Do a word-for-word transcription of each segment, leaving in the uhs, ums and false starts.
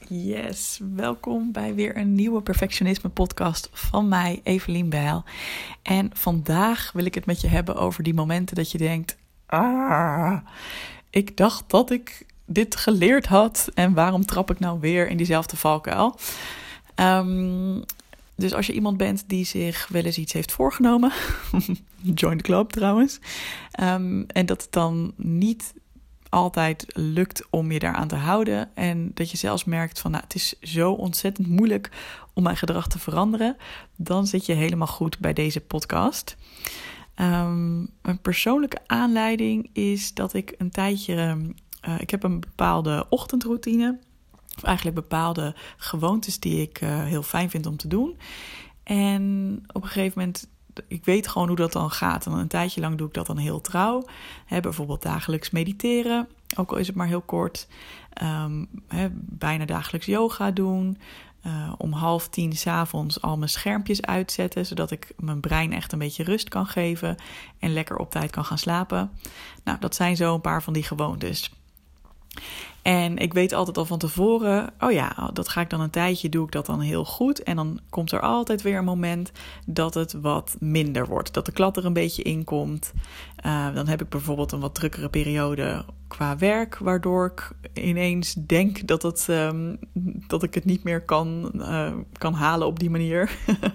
Yes, welkom bij weer een nieuwe perfectionisme podcast van mij, Evelien Bijl. En vandaag wil ik het met je hebben over die momenten dat je denkt, ah, ik dacht dat ik dit geleerd had en waarom trap ik nou weer in diezelfde valkuil? Um, dus als je iemand bent die zich wel eens iets heeft voorgenomen, join the club trouwens, um, en dat het dan niet altijd lukt om je daaraan te houden en dat je zelfs merkt van nou, het is zo ontzettend moeilijk om mijn gedrag te veranderen, dan zit je helemaal goed bij deze podcast. Um, een persoonlijke aanleiding is dat ik een tijdje, uh, ik heb een bepaalde ochtendroutine, of eigenlijk bepaalde gewoontes die ik uh, heel fijn vind om te doen. En op een gegeven moment, ik weet gewoon hoe dat dan gaat. En een tijdje lang doe ik dat dan heel trouw. He, bijvoorbeeld dagelijks mediteren, ook al is het maar heel kort. Um, he, bijna dagelijks yoga doen. Uh, om half tien 's avonds al mijn schermpjes uitzetten, zodat ik mijn brein echt een beetje rust kan geven en lekker op tijd kan gaan slapen. Nou, dat zijn zo een paar van die gewoontes. En ik weet altijd al van tevoren, oh ja, dat ga ik dan een tijdje, doe ik dat dan heel goed. En dan komt er altijd weer een moment dat het wat minder wordt. Dat de klad er een beetje in komt. Uh, dan heb ik bijvoorbeeld een wat drukkere periode qua werk, waardoor ik ineens denk dat, het, um, dat ik het niet meer kan, uh, kan halen op die manier.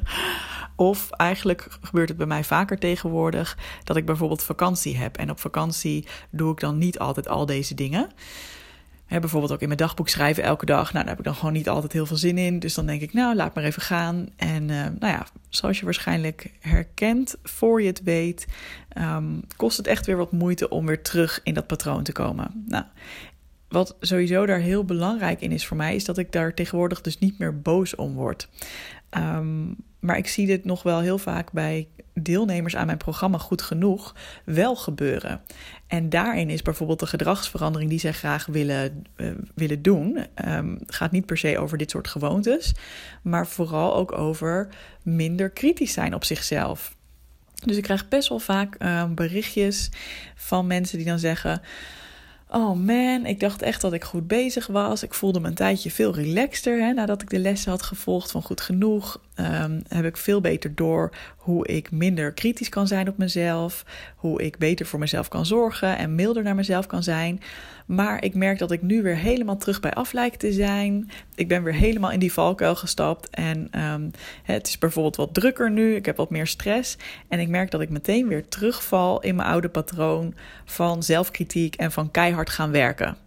Of eigenlijk gebeurt het bij mij vaker tegenwoordig dat ik bijvoorbeeld vakantie heb. En op vakantie doe ik dan niet altijd al deze dingen. He, bijvoorbeeld ook in mijn dagboek schrijven elke dag. Nou, daar heb ik dan gewoon niet altijd heel veel zin in. Dus dan denk ik, nou, laat maar even gaan. En uh, nou ja, zoals je waarschijnlijk herkent, voor je het weet, um, kost het echt weer wat moeite om weer terug in dat patroon te komen. Nou, wat sowieso daar heel belangrijk in is voor mij, is dat ik daar tegenwoordig dus niet meer boos om word. Um, maar ik zie dit nog wel heel vaak bij deelnemers aan mijn programma Goed Genoeg wel gebeuren. En daarin is bijvoorbeeld de gedragsverandering die zij graag willen, uh, willen doen, um, gaat niet per se over dit soort gewoontes, maar vooral ook over minder kritisch zijn op zichzelf. Dus ik krijg best wel vaak uh, berichtjes van mensen die dan zeggen, oh man, ik dacht echt dat ik goed bezig was. Ik voelde me een tijdje veel relaxter. Hè, nadat ik de lessen had gevolgd van Goed Genoeg. Um, heb ik veel beter door hoe ik minder kritisch kan zijn op mezelf. Hoe ik beter voor mezelf kan zorgen en milder naar mezelf kan zijn. Maar ik merk dat ik nu weer helemaal terug bij af lijkt te zijn. Ik ben weer helemaal in die valkuil gestapt. En um, het is bijvoorbeeld wat drukker nu. Ik heb wat meer stress. En ik merk dat ik meteen weer terugval in mijn oude patroon van zelfkritiek en van keihard gaan werken.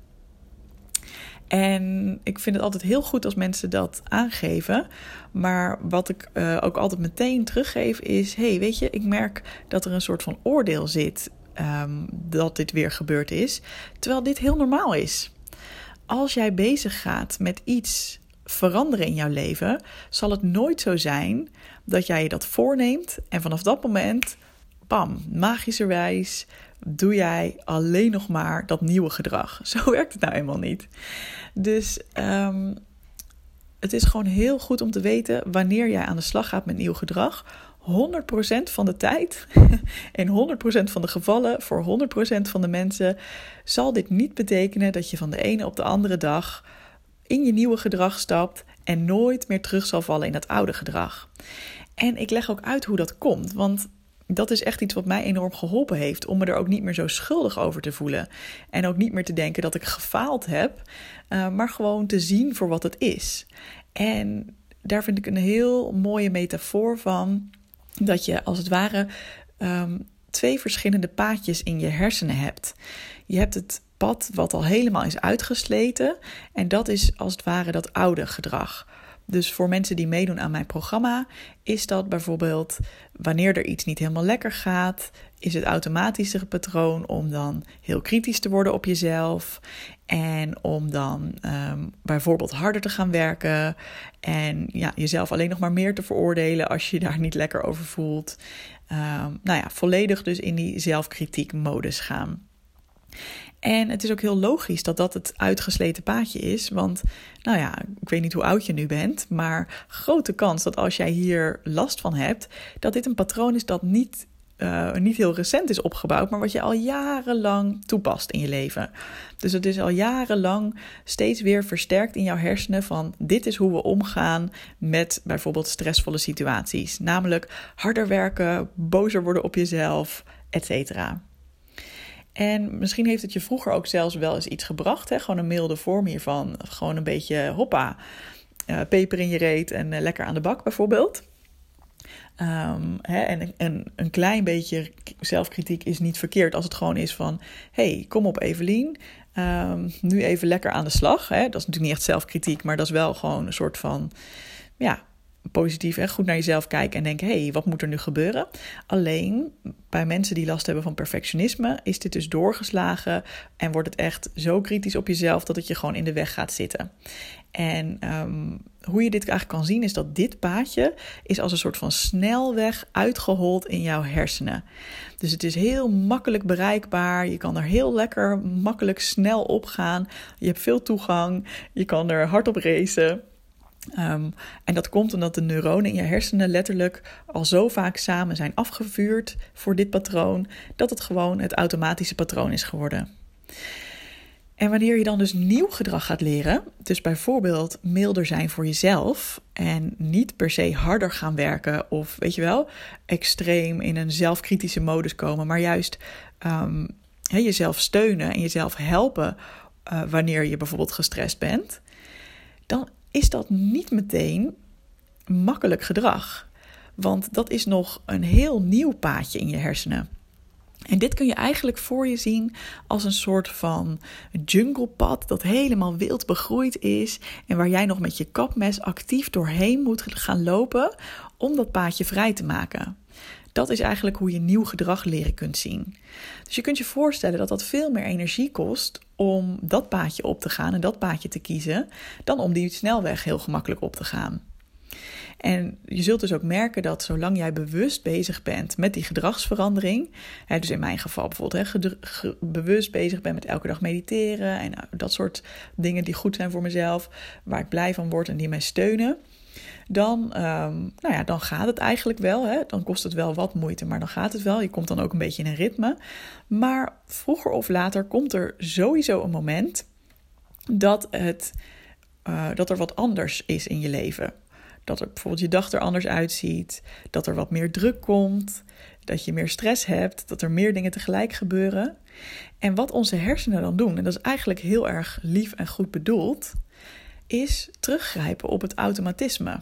En ik vind het altijd heel goed als mensen dat aangeven. Maar wat ik uh, ook altijd meteen teruggeef is, hey, weet je, ik merk dat er een soort van oordeel zit um, dat dit weer gebeurd is. Terwijl dit heel normaal is. Als jij bezig gaat met iets veranderen in jouw leven, zal het nooit zo zijn dat jij je dat voorneemt en vanaf dat moment, bam, magischerwijs doe jij alleen nog maar dat nieuwe gedrag. Zo werkt het nou eenmaal niet. Dus um, het is gewoon heel goed om te weten wanneer jij aan de slag gaat met nieuw gedrag. honderd procent van de tijd, in honderd procent van de gevallen, voor honderd procent van de mensen, zal dit niet betekenen dat je van de ene op de andere dag in je nieuwe gedrag stapt en nooit meer terug zal vallen in dat oude gedrag. En ik leg ook uit hoe dat komt, want dat is echt iets wat mij enorm geholpen heeft om me er ook niet meer zo schuldig over te voelen. En ook niet meer te denken dat ik gefaald heb, uh, maar gewoon te zien voor wat het is. En daar vind ik een heel mooie metafoor van dat je als het ware um, twee verschillende paadjes in je hersenen hebt. Je hebt het pad wat al helemaal is uitgesleten en dat is als het ware dat oude gedrag. Dus voor mensen die meedoen aan mijn programma is dat bijvoorbeeld wanneer er iets niet helemaal lekker gaat, is het automatische patroon om dan heel kritisch te worden op jezelf en om dan um, bijvoorbeeld harder te gaan werken en ja, jezelf alleen nog maar meer te veroordelen als je je daar niet lekker over voelt. Um, nou ja, volledig dus in die zelfkritiekmodus gaan. En het is ook heel logisch dat dat het uitgesleten paadje is. Want, nou ja, ik weet niet hoe oud je nu bent, maar grote kans dat als jij hier last van hebt, dat dit een patroon is dat niet uh, niet heel recent is opgebouwd, maar wat je al jarenlang toepast in je leven. Dus het is al jarenlang steeds weer versterkt in jouw hersenen van dit is hoe we omgaan met bijvoorbeeld stressvolle situaties. Namelijk harder werken, bozer worden op jezelf, et cetera. En misschien heeft het je vroeger ook zelfs wel eens iets gebracht. Hè? Gewoon een milde vorm hiervan. Gewoon een beetje hoppa, uh, peper in je reet en uh, lekker aan de bak bijvoorbeeld. Um, hè, en een, een klein beetje zelfkritiek is niet verkeerd als het gewoon is van hey, kom op Evelien, um, nu even lekker aan de slag. Hè? Dat is natuurlijk niet echt zelfkritiek, maar dat is wel gewoon een soort van ja, positief en goed naar jezelf kijken en denken, hé, hey, wat moet er nu gebeuren? Alleen bij mensen die last hebben van perfectionisme is dit dus doorgeslagen en wordt het echt zo kritisch op jezelf dat het je gewoon in de weg gaat zitten. En um, hoe je dit eigenlijk kan zien is dat dit paadje is als een soort van snelweg uitgehold in jouw hersenen. Dus het is heel makkelijk bereikbaar. Je kan er heel lekker makkelijk snel op gaan. Je hebt veel toegang. Je kan er hard op racen. Um, en dat komt omdat de neuronen in je hersenen letterlijk al zo vaak samen zijn afgevuurd voor dit patroon, dat het gewoon het automatische patroon is geworden. En wanneer je dan dus nieuw gedrag gaat leren, dus bijvoorbeeld milder zijn voor jezelf en niet per se harder gaan werken of weet je wel, extreem in een zelfkritische modus komen, maar juist um, he, jezelf steunen en jezelf helpen uh, wanneer je bijvoorbeeld gestrest bent, dan is dat niet meteen makkelijk gedrag. Want dat is nog een heel nieuw paadje in je hersenen. En dit kun je eigenlijk voor je zien als een soort van junglepad dat helemaal wild begroeid is en waar jij nog met je kapmes actief doorheen moet gaan lopen om dat paadje vrij te maken. Dat is eigenlijk hoe je nieuw gedrag leren kunt zien. Dus je kunt je voorstellen dat dat veel meer energie kost om dat paadje op te gaan en dat paadje te kiezen, dan om die snelweg heel gemakkelijk op te gaan. En je zult dus ook merken dat zolang jij bewust bezig bent met die gedragsverandering, hè, dus in mijn geval bijvoorbeeld hè, gedru- ge- bewust bezig bent met elke dag mediteren en dat soort dingen die goed zijn voor mezelf, waar ik blij van word en die mij steunen, dan, um, nou ja, dan gaat het eigenlijk wel. Hè? Dan kost het wel wat moeite, maar dan gaat het wel. Je komt dan ook een beetje in een ritme. Maar vroeger of later komt er sowieso een moment dat, het, uh, dat er wat anders is in je leven. Dat er bijvoorbeeld je dag er anders uitziet, dat er wat meer druk komt, dat je meer stress hebt, dat er meer dingen tegelijk gebeuren. En wat onze hersenen dan doen, en dat is eigenlijk heel erg lief en goed bedoeld, is teruggrijpen op het automatisme.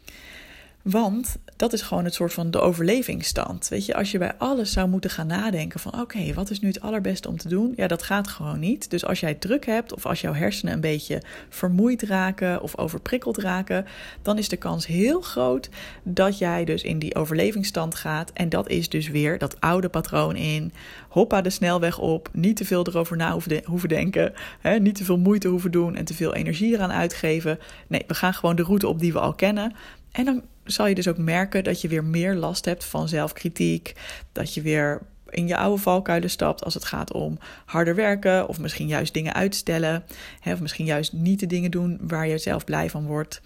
Want dat is gewoon het soort van de overlevingsstand. Weet je, als je bij alles zou moeten gaan nadenken van oké, okay, wat is nu het allerbeste om te doen? Ja, dat gaat gewoon niet. Dus als jij druk hebt of als jouw hersenen een beetje vermoeid raken of overprikkeld raken, dan is de kans heel groot dat jij dus in die overlevingsstand gaat. En dat is dus weer dat oude patroon in. Hoppa de snelweg op, niet te veel erover na hoeven, de, hoeven denken, hè, niet te veel moeite hoeven doen en te veel energie eraan uitgeven. Nee, we gaan gewoon de route op die we al kennen. En dan zal je dus ook merken dat je weer meer last hebt van zelfkritiek. Dat je weer in je oude valkuilen stapt als het gaat om harder werken. Of misschien juist dingen uitstellen. Hè, of misschien juist niet de dingen doen waar je zelf blij van wordt.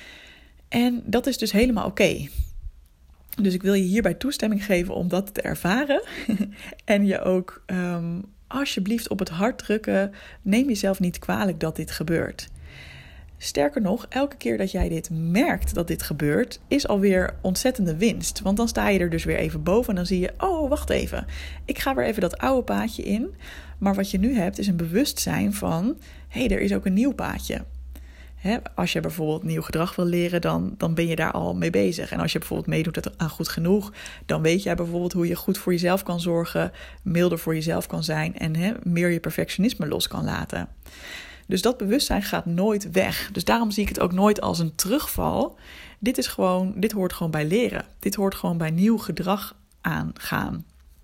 En dat is dus helemaal oké. Okay. Dus ik wil je hierbij toestemming geven om dat te ervaren. En je ook um, alsjeblieft op het hart drukken. Neem jezelf niet kwalijk dat dit gebeurt. Sterker nog, elke keer dat jij dit merkt dat dit gebeurt, is alweer ontzettende winst. Want dan sta je er dus weer even boven en dan zie je, oh, wacht even. Ik ga weer even dat oude paadje in. Maar wat je nu hebt is een bewustzijn van, hé, hey, er is ook een nieuw paadje. Hè, als je bijvoorbeeld nieuw gedrag wil leren, dan, dan ben je daar al mee bezig. En als je bijvoorbeeld meedoet aan Goed Genoeg, dan weet jij bijvoorbeeld hoe je goed voor jezelf kan zorgen, milder voor jezelf kan zijn en hè, meer je perfectionisme los kan laten. Dus dat bewustzijn gaat nooit weg. Dus daarom zie ik het ook nooit als een terugval. Dit is gewoon, dit hoort gewoon bij leren. Dit hoort gewoon bij nieuw gedrag aangaan.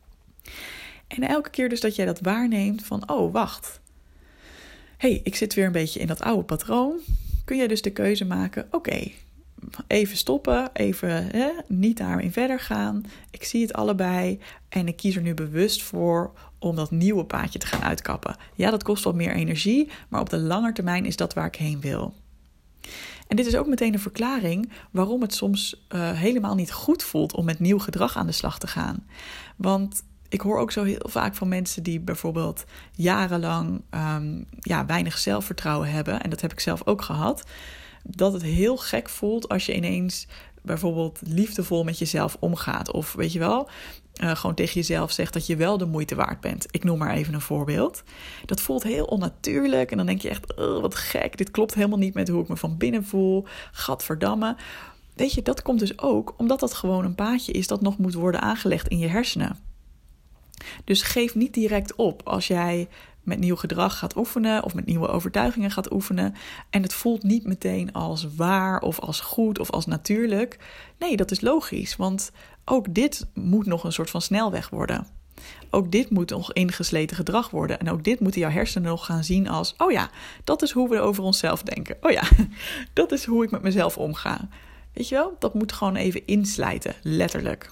En elke keer dus dat jij dat waarneemt van, oh, wacht. Hé, hey, ik zit weer een beetje in dat oude patroon. Kun je dus de keuze maken, oké, okay, even stoppen, even hè, niet daarin verder gaan. Ik zie het allebei en ik kies er nu bewust voor om dat nieuwe paadje te gaan uitkappen. Ja, dat kost wat meer energie, maar op de lange termijn is dat waar ik heen wil. En dit is ook meteen een verklaring waarom het soms uh, helemaal niet goed voelt om met nieuw gedrag aan de slag te gaan. Want ik hoor ook zo heel vaak van mensen die bijvoorbeeld jarenlang um, ja, weinig zelfvertrouwen hebben. En dat heb ik zelf ook gehad. Dat het heel gek voelt als je ineens bijvoorbeeld liefdevol met jezelf omgaat. Of weet je wel, uh, gewoon tegen jezelf zegt dat je wel de moeite waard bent. Ik noem maar even een voorbeeld. Dat voelt heel onnatuurlijk. En dan denk je echt, oh, wat gek. Dit klopt helemaal niet met hoe ik me van binnen voel. Gadverdamme. Weet je, dat komt dus ook omdat dat gewoon een paadje is dat nog moet worden aangelegd in je hersenen. Dus geef niet direct op als jij met nieuw gedrag gaat oefenen of met nieuwe overtuigingen gaat oefenen en het voelt niet meteen als waar of als goed of als natuurlijk. Nee, dat is logisch, want ook dit moet nog een soort van snelweg worden. Ook dit moet nog ingesleten gedrag worden en ook dit moeten jouw hersenen nog gaan zien als, oh ja, dat is hoe we over onszelf denken. Oh ja, dat is hoe ik met mezelf omga. Weet je wel, dat moet gewoon even inslijten, letterlijk.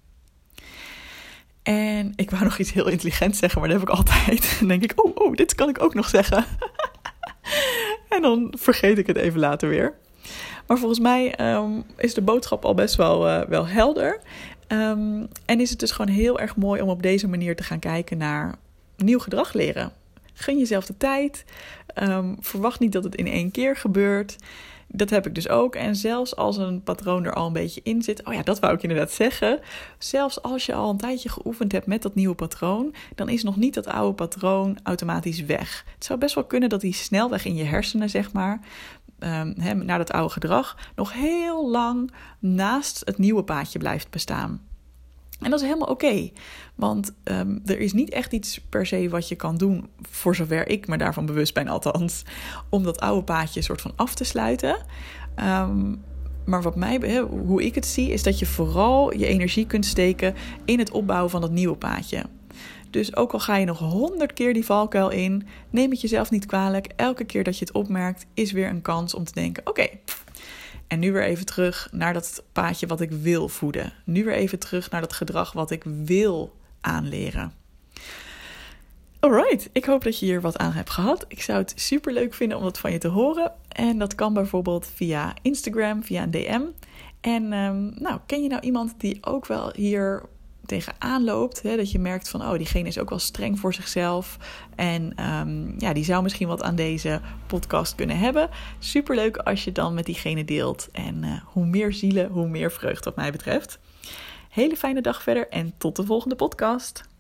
En ik wou nog iets heel intelligents zeggen, maar dat heb ik altijd. Dan denk ik, oh, oh, dit kan ik ook nog zeggen. En dan vergeet ik het even later weer. Maar volgens mij um, is de boodschap al best wel, uh, wel helder. Um, en is het dus gewoon heel erg mooi om op deze manier te gaan kijken naar nieuw gedrag leren. Gun jezelf de tijd. Um, verwacht niet dat het in één keer gebeurt. Dat heb ik dus ook. En zelfs als een patroon er al een beetje in zit. Oh ja, dat wou ik inderdaad zeggen. Zelfs als je al een tijdje geoefend hebt met dat nieuwe patroon, dan is nog niet dat oude patroon automatisch weg. Het zou best wel kunnen dat die snelweg in je hersenen, zeg maar, um, he, naar dat oude gedrag, nog heel lang naast het nieuwe paadje blijft bestaan. En dat is helemaal oké. Okay, want um, er is niet echt iets per se wat je kan doen, voor zover ik me daarvan bewust ben althans, om dat oude paadje soort van af te sluiten. Um, maar wat mij, hoe ik het zie, is dat je vooral je energie kunt steken in het opbouwen van dat nieuwe paadje. Dus ook al ga je nog honderd keer die valkuil in, neem het jezelf niet kwalijk. Elke keer dat je het opmerkt, is weer een kans om te denken, oké, okay, en nu weer even terug naar dat paadje wat ik wil voeden. Nu weer even terug naar dat gedrag wat ik wil aanleren. Alright, ik hoop dat je hier wat aan hebt gehad. Ik zou het super leuk vinden om dat van je te horen. En dat kan bijvoorbeeld via Instagram, via een D M. En um, nou, ken je nou iemand die ook wel hier tegenaan loopt, hè, dat je merkt van, oh, diegene is ook wel streng voor zichzelf en um, ja, die zou misschien wat aan deze podcast kunnen hebben. Superleuk als je dan met diegene deelt en uh, hoe meer zielen, hoe meer vreugde wat mij betreft. Hele fijne dag verder en tot de volgende podcast.